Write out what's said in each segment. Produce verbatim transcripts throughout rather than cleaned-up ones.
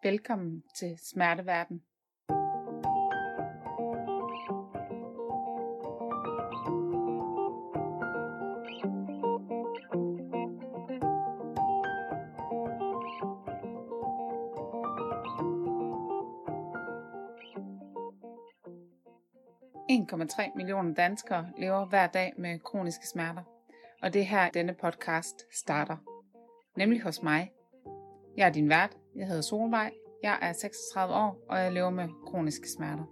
Velkommen til Smerteverden. en komma tre millioner danskere lever hver dag med kroniske smerter, og det er her denne podcast starter, nemlig hos mig. Jeg er din vært, jeg hedder Solvej, jeg er seksogtredive år, og jeg lever med kroniske smerter.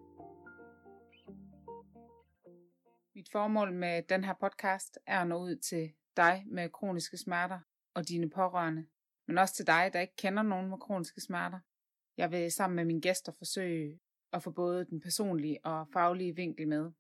Mit formål med den her podcast er at nå ud til dig med kroniske smerter og dine pårørende, men også til dig, der ikke kender nogen med kroniske smerter. Jeg vil sammen med mine gæster forsøge at få både den personlige og faglige vinkel med.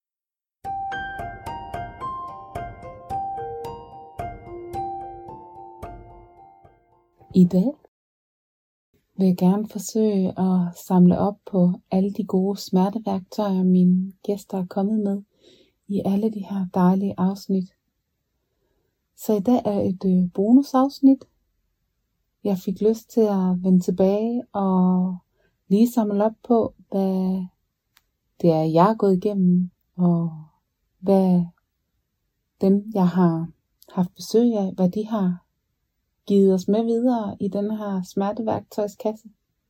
I dag vil jeg gerne forsøge at samle op på alle de gode smerteværktøjer, mine gæster er kommet med i alle de her dejlige afsnit. Så i dag er et øh, bonusafsnit. Jeg fik lyst til at vende tilbage og lige samle op på, hvad det er, jeg er gået igennem, og hvad dem, jeg har haft besøg af, hvad de har givet os med videre i den her smerteværktøjskasse.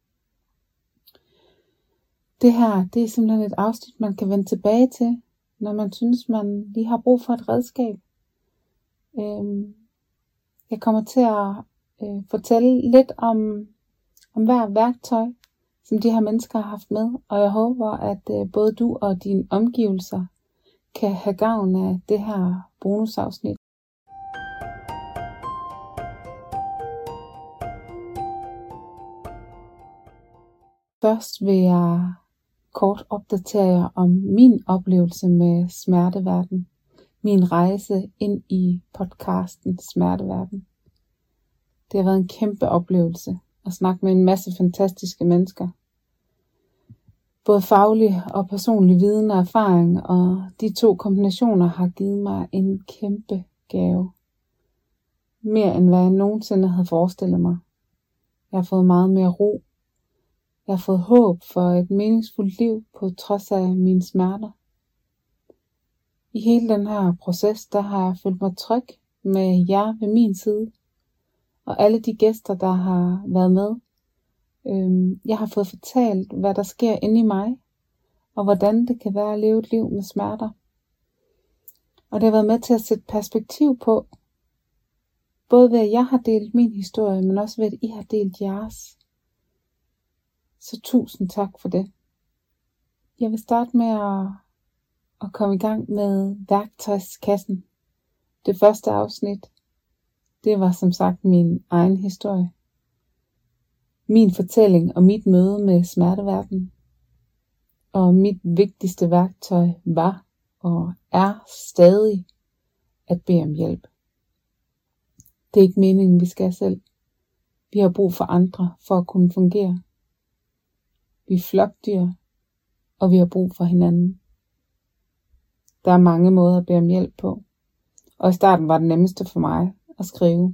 Det her, det er simpelthen et afsnit, man kan vende tilbage til, når man synes, man lige har brug for et redskab. Øhm, jeg kommer til at øh, fortælle lidt om, om hver værktøj, som de her mennesker har haft med, og jeg håber, at øh, både du og dine omgivelser kan have gavn af det her bonusafsnit. Først vil jeg kort opdatere jer om min oplevelse med Smerteverden, min rejse ind i podcasten Smerteverden. Det har været en kæmpe oplevelse at snakke med en masse fantastiske mennesker. Både faglig og personlig viden og erfaring, og de to kombinationer har givet mig en kæmpe gave. Mere end hvad jeg nogensinde havde forestillet mig. Jeg har fået meget mere ro. Jeg har fået håb for et meningsfuldt liv på trods af mine smerter. I hele den her proces, der har jeg følt mig tryg med jer ved min side. Og alle de gæster, der har været med. Øhm, jeg har fået fortalt, hvad der sker inde i mig, og hvordan det kan være at leve et liv med smerter. Og det har været med til at sætte perspektiv på, både ved at jeg har delt min historie, men også ved at I har delt jeres. Så tusind tak for det. Jeg vil starte med at, at komme i gang med værktøjskassen. Det første afsnit, det var som sagt min egen historie. Min fortælling og mit møde med smerteverden. Og mit vigtigste værktøj var og er stadig at bede om hjælp. Det er ikke meningen, vi skal selv. Vi har brug for andre for at kunne fungere. Vi er flokdyr, og vi har brug for hinanden. Der er mange måder at bede om hjælp på. Og i starten var det nemmeste for mig at skrive.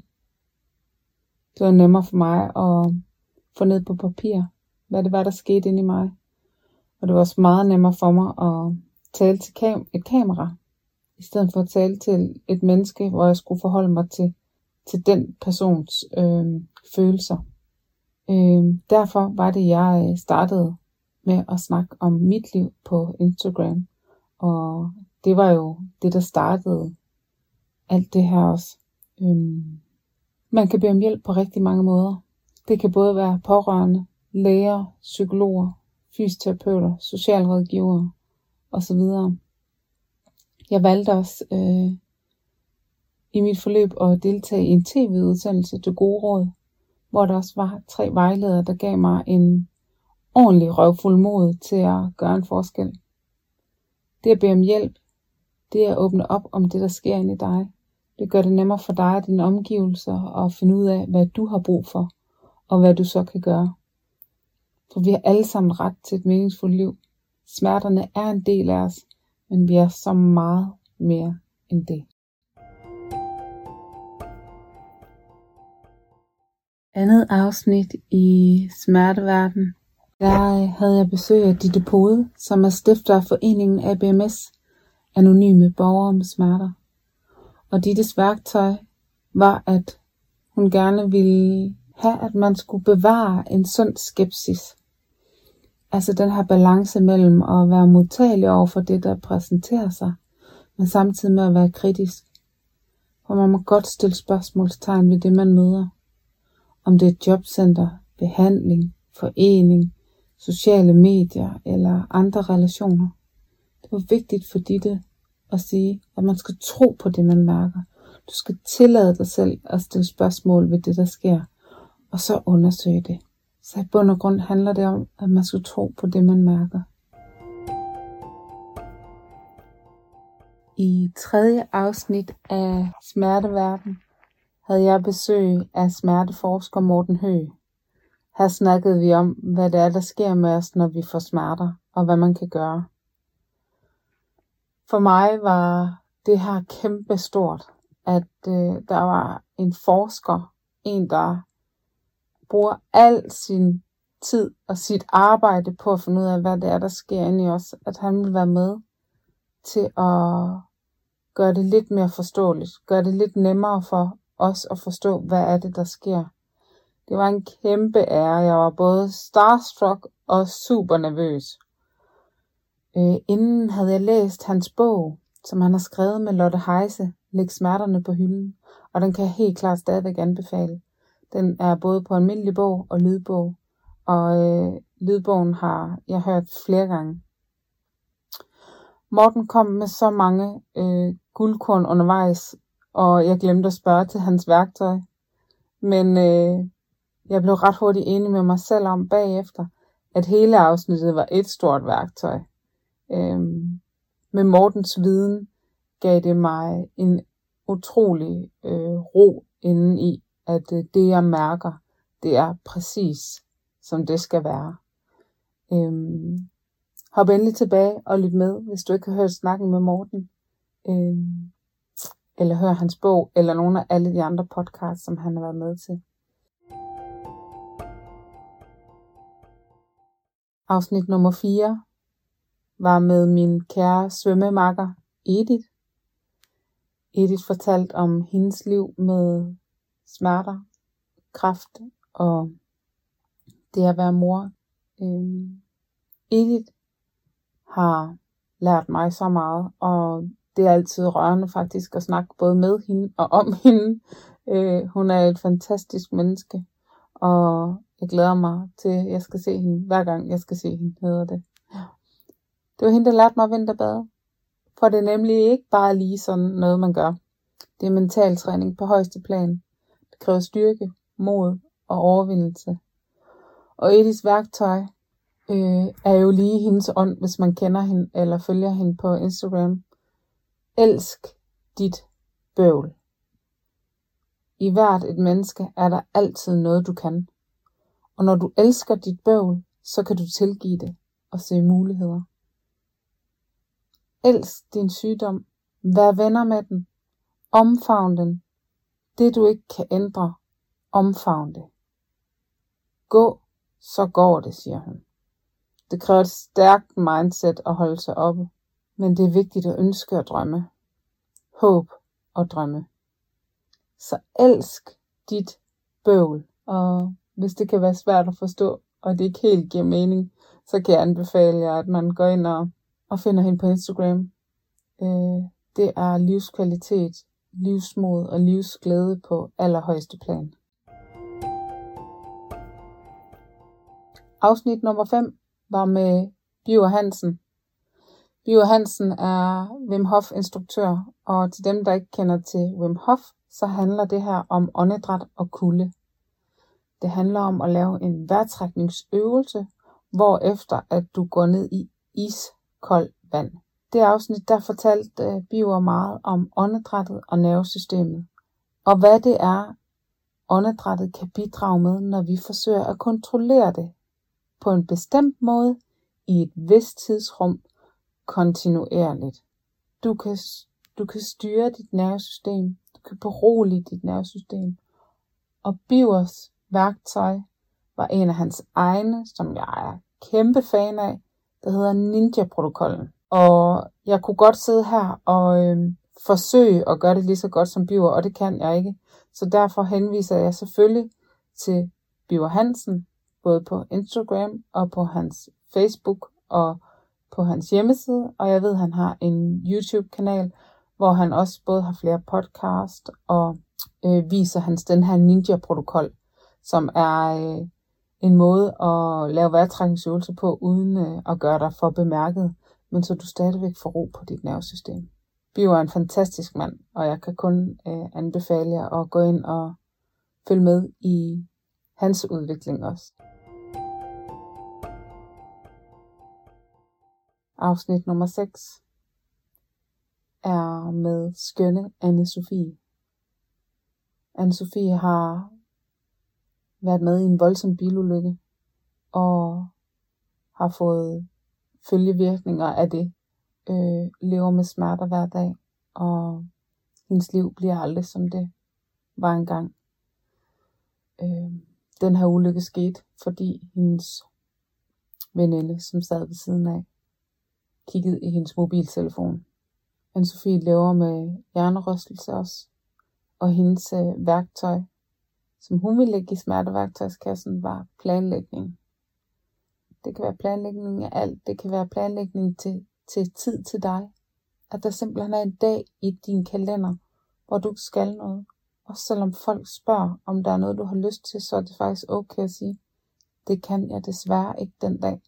Det var nemmere for mig at få ned på papir, hvad det var, der skete inde i mig. Og det var også meget nemmere for mig at tale til kam- et kamera, i stedet for at tale til et menneske, hvor jeg skulle forholde mig til, til den persons øh, følelser. Øh, derfor var det, jeg startede med at snakke om mit liv på Instagram. Og det var jo det, der startede alt det her også. Øh, man kan bede om hjælp på rigtig mange måder. Det kan både være pårørende, læger, psykologer, fysioterapeuter, socialrådgivere osv. Jeg valgte også øh, i mit forløb at deltage i en tv-udsendelse til Gode Råd, hvor der også var tre vejledere, der gav mig en ordentlig røvfuld mod til at gøre en forskel. Det at bede om hjælp, det er at åbne op om det, der sker inde i dig. Det gør det nemmere for dig og dine omgivelser at finde ud af, hvad du har brug for, og hvad du så kan gøre. For vi har alle sammen ret til et meningsfuldt liv. Smerterne er en del af os, men vi er så meget mere end det. andet afsnit i Smerteverden, der havde jeg besøg af Ditte Pode, som er stifter af foreningen A B M S, Anonyme Borgere med Smerter. Og Dittes værktøj var, at hun gerne ville have, at man skulle bevare en sund skepsis. Altså den her balance mellem at være modtagelig over for det, der præsenterer sig, men samtidig med at være kritisk. For man må godt stille spørgsmålstegn ved det, man møder. Om det er jobcenter, behandling, forening, sociale medier eller andre relationer. Det var vigtigt for Ditte at sige, at man skal tro på det, man mærker. Du skal tillade dig selv at stille spørgsmål ved det, der sker, og så undersøge det. Så i bund og grund handler det om, at man skal tro på det, man mærker. I tredje afsnit af Smerteverden havde jeg besøg af smerteforsker Morten Høgh. Her snakkede vi om, hvad det er, der sker med os, når vi får smerter, og hvad man kan gøre. For mig var det her kæmpe stort, at øh, der var en forsker, en der bruger al sin tid og sit arbejde på at finde ud af, hvad det er, der sker inde i os, at han vil være med til at gøre det lidt mere forståeligt, gøre det lidt nemmere for os at forstå, hvad er det, der sker. Det var en kæmpe ære. Jeg var både starstruck og super nervøs. Øh, inden havde jeg læst hans bog, som han har skrevet med Lotte Heise, Læg smerterne på hylden, og den kan jeg helt klart stadigvæk anbefale. Den er både på almindelig bog og lydbog, og øh, lydbogen har jeg hørt flere gange. Morten kom med så mange øh, guldkorn undervejs, og jeg glemte at spørge til hans værktøj. Men øh, jeg blev ret hurtigt enig med mig selv om bagefter, at hele afsnittet var et stort værktøj. Øh, med Mortens viden gav det mig en utrolig øh, ro indeni, at øh, det jeg mærker, det er præcis som det skal være. Øh, hop endelig tilbage og lyt med, hvis du ikke har hørt snakken med Morten. Øh, eller hør hans bog, eller nogle af alle de andre podcasts, som han har været med til. Afsnit nummer fire var med min kære svømmemakker Edith. Edith fortalte om hendes liv med smerter, kræft og det at være mor. Øh, Edith har lært mig så meget, og det er altid rørende faktisk at snakke både med hende og om hende. Øh, hun er et fantastisk menneske, og jeg glæder mig til, at jeg skal se hende, hver gang jeg skal se hende, hedder det. Det var hende, der lærte mig at vinterbade. For det er nemlig ikke bare lige sådan noget, man gør. Det er mental træning på højeste plan. Det kræver styrke, mod og overvindelse. Og Ediths værktøj øh, er jo lige hendes ånd, hvis man kender hende eller følger hende på Instagram. Elsk dit bøvl. I hvert et menneske er der altid noget, du kan. Og når du elsker dit bøvl, så kan du tilgive det og se muligheder. Elsk din sygdom. Vær venner med den. Omfavn den. Det du ikke kan ændre, omfavn det. Gå, så går det, siger hun. Det kræver et stærkt mindset at holde sig oppe. Men det er vigtigt at ønske og drømme. Håb og drømme. Så elsk dit bøvl. Og hvis det kan være svært at forstå, og det ikke helt giver mening, så kan jeg anbefale jer, at man går ind og, og finder hende på Instagram. Øh, det er livskvalitet, livsmod og livsglæde på allerhøjeste plan. Afsnit nummer fem var med Birger Hansen. Birger Hansen er Wim Hof instruktør, og til dem, der ikke kender til Wim Hof, så handler det her om åndedræt og kulde. Det handler om at lave en vejrtrækningsøvelse, hvorefter at du går ned i iskoldt vand. Det afsnit, der fortalte Birger meget om åndedrættet og nervesystemet, og hvad det er, åndedrættet kan bidrage med, når vi forsøger at kontrollere det på en bestemt måde i et vist tidsrum kontinuerligt. Du kan, du kan styre dit nervesystem, du kan berolige dit nervesystem. Og Birgers værktøj var en af hans egne, som jeg er kæmpe fan af, der hedder Ninja-protokollen. Og jeg kunne godt sidde her og øh, forsøge at gøre det lige så godt som Birger, og det kan jeg ikke. Så derfor henviser jeg selvfølgelig til Birger Hansen, både på Instagram og på hans Facebook og på hans hjemmeside. Og jeg ved, at han har en YouTube-kanal, hvor han også både har flere podcast og øh, viser hans den her Ninja-protokol, som er øh, en måde at lave vejrtrækningsøvelser på, uden øh, at gøre dig for bemærket, men så du stadigvæk får ro på dit nervesystem. Bio er en fantastisk mand, og jeg kan kun øh, anbefale jer at gå ind og følge med i hans udvikling også. Afsnit nummer seks er med skønne Anne-Sophie. Anne-Sophie har været med i en voldsom bilulykke og har fået følgevirkninger af det. Øh, lever med smerter hver dag, og hendes liv bliver aldrig som det var engang. Øh, den her ulykke skete, fordi hendes veninde, som sad ved siden af, kiggede i hendes mobiltelefon. Anne-Sophie lever med hjernerystelse også, og hendes øh, værktøj, som hun ville lægge i smerteværktøjskassen, var planlægning. Det kan være planlægning af alt. Det kan være planlægning til, til tid til dig. At der simpelthen er en dag i din kalender, hvor du skal noget. Og selvom folk spørger, om der er noget, du har lyst til, så er det faktisk okay at sige, det kan jeg desværre ikke den dag.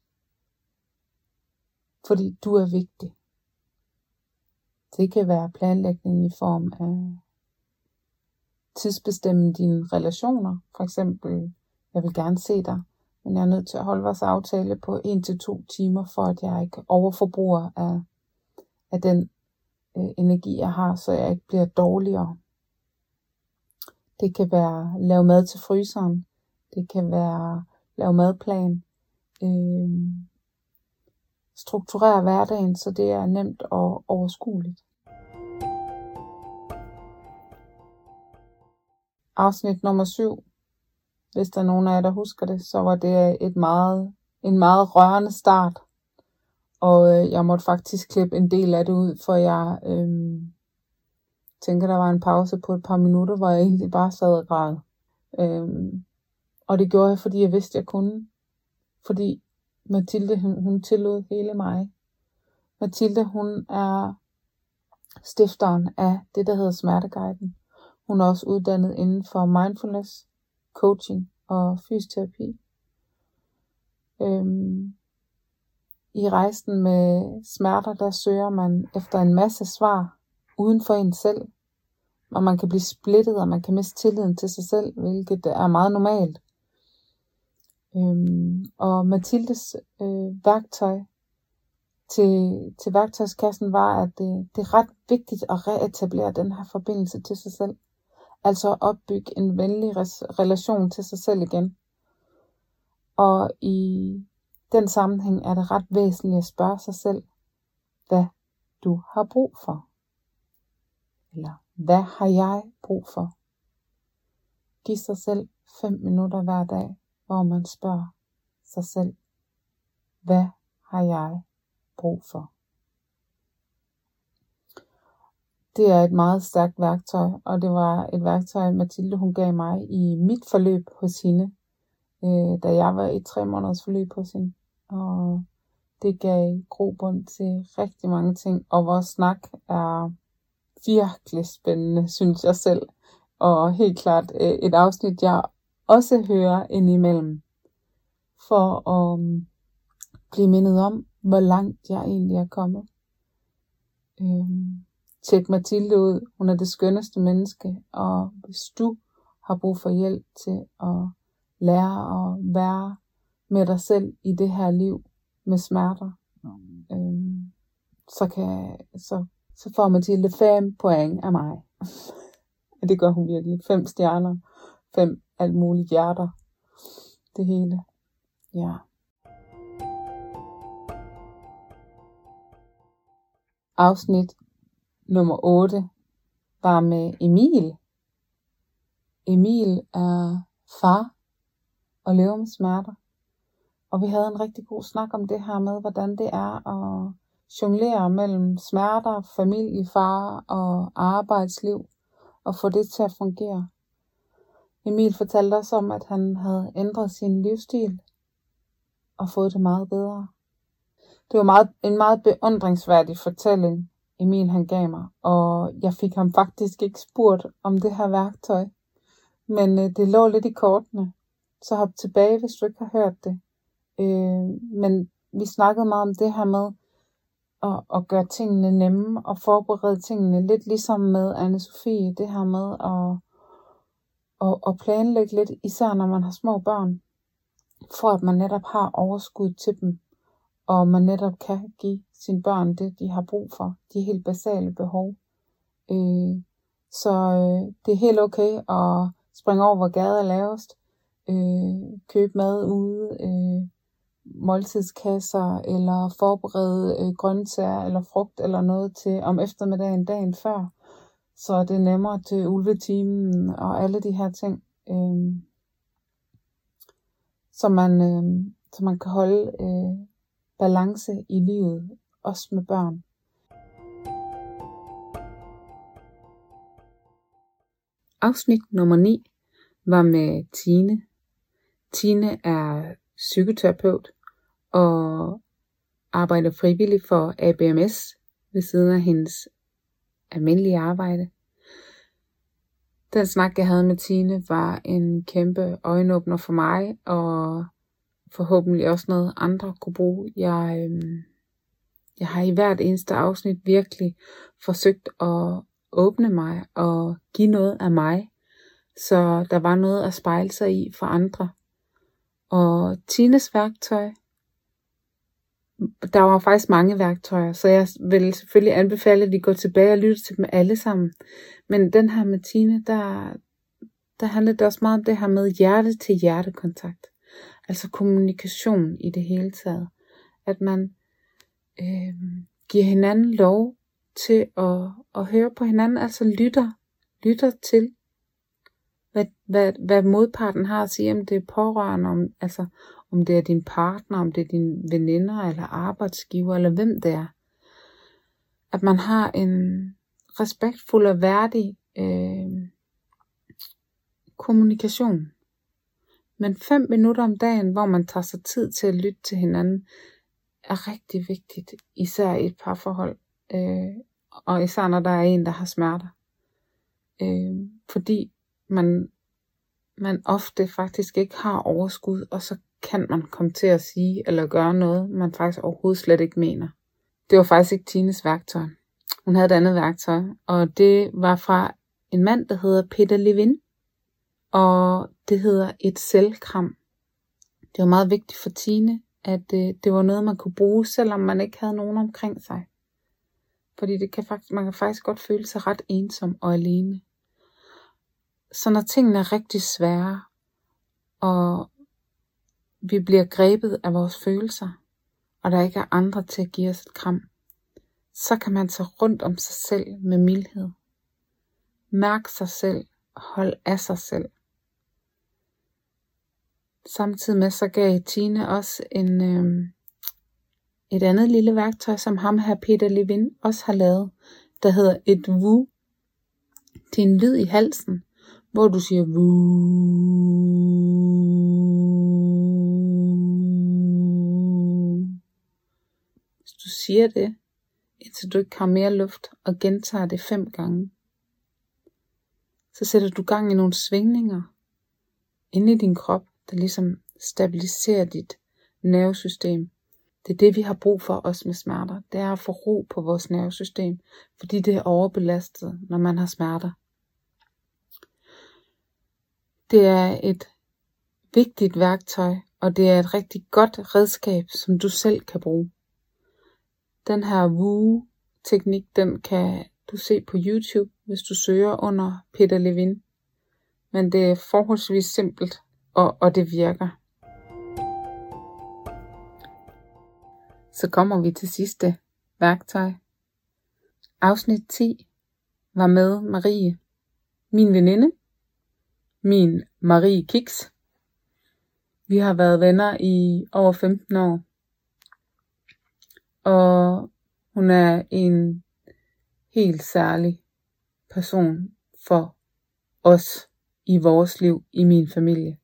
Fordi du er vigtig. Det kan være planlægning i form af tidsbestemme dine relationer. For eksempel, jeg vil gerne se dig, men jeg er nødt til at holde vores aftale på en til to timer, for at jeg ikke overforbruger af, af den øh, energi, jeg har, så jeg ikke bliver dårligere. Det kan være lave mad til fryseren. Det kan være lave madplan. Øh, strukturere hverdagen, så det er nemt og overskueligt. Afsnit nummer syv. Hvis der er nogen af jer, der husker det, så var det et meget, en meget rørende start. Og øh, jeg måtte faktisk klippe en del af det ud, for jeg øh, tænker, der var en pause på et par minutter, hvor jeg egentlig bare sad og græd. Øh, og det gjorde jeg, fordi jeg vidste, jeg kunne. Fordi Mathilde, hun, hun tillod hele mig. Mathilde, hun er stifteren af det, der hedder Smerteguiden. Hun er også uddannet inden for mindfulness, coaching og fysioterapi. Øhm, I rejsen med smerter, der søger man efter en masse svar uden for en selv. Og man kan blive splittet, og man kan miste tilliden til sig selv, hvilket er meget normalt. Øhm, og Mathildes øh, værktøj til, til værktøjskassen var, at det, det er ret vigtigt at reetablere den her forbindelse til sig selv. Altså at opbygge en venlig res- relation til sig selv igen. Og i den sammenhæng er det ret væsentligt at spørge sig selv, hvad du har brug for. Eller hvad har jeg brug for? Giv sig selv fem minutter hver dag, hvor man spørger sig selv, hvad har jeg brug for? Det er et meget stærkt værktøj, og det var et værktøj, Mathilde hun gav mig i mit forløb hos hende, øh, da jeg var i tre måneders forløb hos hende. Og det gav grobund til rigtig mange ting, og vores snak er virkelig spændende, synes jeg selv. Og helt klart øh, et afsnit, jeg også hører indimellem, for at um, blive mindet om, hvor langt jeg egentlig er kommet. Øhm, tjek Mathilde ud, hun er det skønneste menneske, og hvis du har brug for hjælp til at lære at være med dig selv i det her liv med smerter, mm. øhm, så, kan, så, så får Mathilde fem point af mig. Det gør hun virkelig. Fem stjerner, fem alt muligt hjerter, det hele. Ja. Afsnit nummer otte var med Emil. Emil er far at leve med smerter. Og vi havde en rigtig god snak om det her med, hvordan det er at jonglere mellem smerter, familiefar og arbejdsliv, og få det til at fungere. Emil fortalte os om, at han havde ændret sin livsstil og fået det meget bedre. Det var meget, en meget beundringsværdig fortælling, Emil han gav mig, og jeg fik ham faktisk ikke spurgt om det her værktøj. Men øh, det lå lidt i kortene, så hop tilbage, hvis du ikke har hørt det. Øh, men vi snakkede meget om det her med at, at gøre tingene nemme og forberede tingene, lidt ligesom med Anne-Sophie, det her med at, at, at planlægge lidt, især når man har små børn, for at man netop har overskud til dem, og man netop kan give sine børn det, de har brug for, de helt basale behov. Øh, så øh, det er helt okay at springe over, hvor gaden er lavest, øh, købe mad ude, øh, måltidskasser, eller forberede øh, grøntsager eller frugt eller noget til om eftermiddagen dagen før, så det er nemmere til ulvetimen og alle de her ting, øh, så man øh, så man kan holde øh, balance i livet, også med børn. Afsnit nummer ni var med Tine. Tine er psykoterapeut og arbejder frivilligt for A B M S ved siden af hendes almindelige arbejde. Den snak, jeg havde med Tine, var en kæmpe øjenåbner for mig, og forhåbentlig også noget andre kunne bruge. Jeg, øh, jeg har i hvert eneste afsnit virkelig forsøgt at åbne mig og give noget af mig, så der var noget at spejle sig i for andre. Og Tines værktøj, der var faktisk mange værktøjer, så jeg vil selvfølgelig anbefale, at I går tilbage og lytter til dem alle sammen. Men den her med Tine, der, der handler det også meget om det her med hjerte til hjertekontakt. Altså kommunikation i det hele taget. At man øh, giver hinanden lov til at, at høre på hinanden, altså lytter, lytter til, hvad, hvad, hvad modparten har at sige, om det er pårørende, om, altså om det er din partner, om det er dine veninder, eller arbejdsgiver, eller hvem det er. At man har en respektfuld og værdig øh, kommunikation. Men fem minutter om dagen, hvor man tager sig tid til at lytte til hinanden, er rigtig vigtigt, især i et parforhold. Øh, og især når der er en, der har smerter. Øh, fordi man, man ofte faktisk ikke har overskud, og så kan man komme til at sige eller gøre noget, man faktisk overhovedet slet ikke mener. Det var faktisk ikke Tines værktøj. Hun havde et andet værktøj, og det var fra en mand, der hedder Peter Levin, og det hedder et selvkram. Det var meget vigtigt for Tine, at det, det var noget, man kunne bruge, selvom man ikke havde nogen omkring sig. Fordi det kan faktisk, man kan faktisk godt føle sig ret ensom og alene. Så når tingene er rigtig svære, og vi bliver grebet af vores følelser, og der ikke er andre til at give os et kram, så kan man tage rundt om sig selv med mildhed. Mærk sig selv og hold af sig selv. Samtidig med så gav Tine også en, øh, et andet lille værktøj, som ham her Peter Levin også har lavet, der hedder et woo. Det er en lyd i halsen, hvor du siger woo. Hvis du siger det, indtil du ikke har mere luft, og gentager det fem gange, så sætter du gang i nogle svingninger inde i din krop, der ligesom stabiliserer dit nervesystem. Det er det, vi har brug for os med smerter. Det er at få ro på vores nervesystem, fordi det er overbelastet, når man har smerter. Det er et vigtigt værktøj, og det er et rigtig godt redskab, som du selv kan bruge. Den her woo-teknik, den kan du se på YouTube, hvis du søger under Peter Levin. Men det er forholdsvis simpelt, og, og det virker. Så kommer vi til sidste værktøj. Afsnit ti var med Marie, min veninde, min Marie Kiks. Vi har været venner i over femten år. Og hun er en helt særlig person for os i vores liv, i min familie.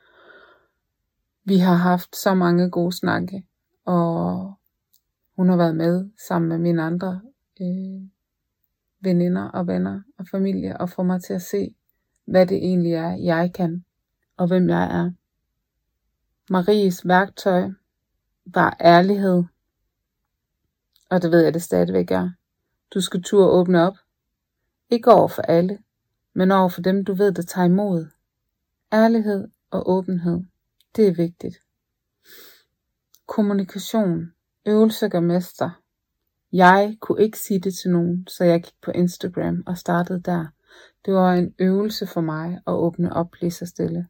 Vi har haft så mange gode snakke, og hun har været med sammen med mine andre øh, veninder og venner og familie, og få mig til at se, hvad det egentlig er, jeg kan, og hvem jeg er. Maries værktøj var ærlighed, og det ved jeg, det stadigvæk er. Du skal turde åbne op. Ikke over for alle, men over for dem, du ved, der tager imod. Ærlighed og åbenhed, det er vigtigt. Kommunikation, øvelse gør mester. Jeg kunne ikke sige det til nogen, så jeg gik på Instagram og startede der. Det var en øvelse for mig at åbne op lige så stille.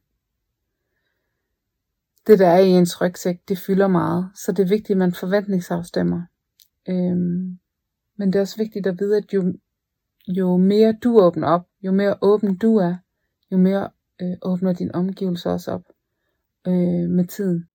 Det der er i ens rygsæk, det fylder meget, så det er vigtigt, at man forventningsafstemmer. Øhm, men det er også vigtigt at vide, at jo, jo mere du åbner op, jo mere åben du er, jo mere øh, åbner din omgivelser også op øh, med tiden.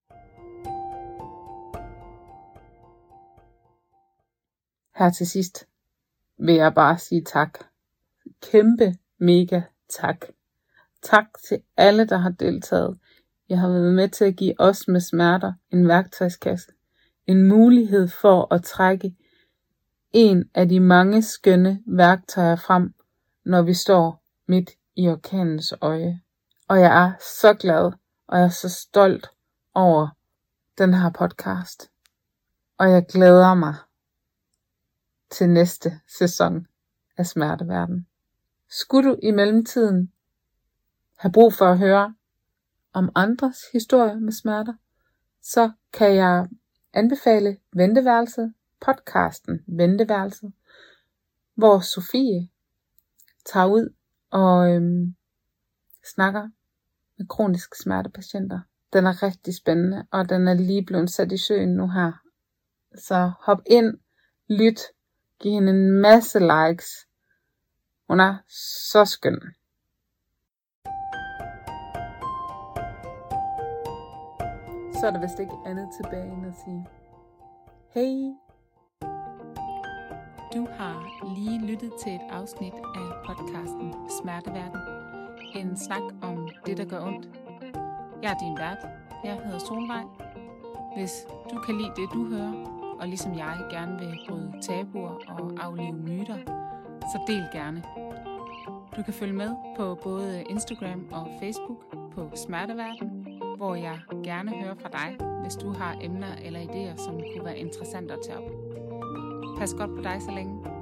Her til sidst vil jeg bare sige tak. Kæmpe, mega tak. Tak til alle, der har deltaget. Jeg har været med til at give os med smerter en værktøjskasse. En mulighed for at trække en af de mange skønne værktøjer frem, når vi står midt i orkanens øje. Og jeg er så glad, og jeg er så stolt over den her podcast. Og jeg glæder mig til næste sæson af Smerteverden. Skulle du i mellemtiden have brug for at høre om andres historier med smerter, så kan jeg anbefale Venteværelset, podcasten Venteværelset, hvor Sofie tager ud og øhm, snakker med kroniske smertepatienter. Den er rigtig spændende, og den er lige blevet sat i søen nu her. Så hop ind, lyt, giv hende en masse likes. Hun er så skøn. Så er der vist ikke andet tilbage end at sige hej. Du har lige lyttet til et afsnit af podcasten Smerteverden. En snak om det, der gør ondt. Jeg er din vært. Jeg hedder Solvej. Hvis du kan lide det, du hører, og ligesom jeg gerne vil bryde tabuer og aflive myter, så del gerne. Du kan følge med på både Instagram og Facebook på Smerteverden, hvor jeg gerne hører fra dig, hvis du har emner eller idéer, som kunne være interessante at tage op. Pas godt på dig så længe.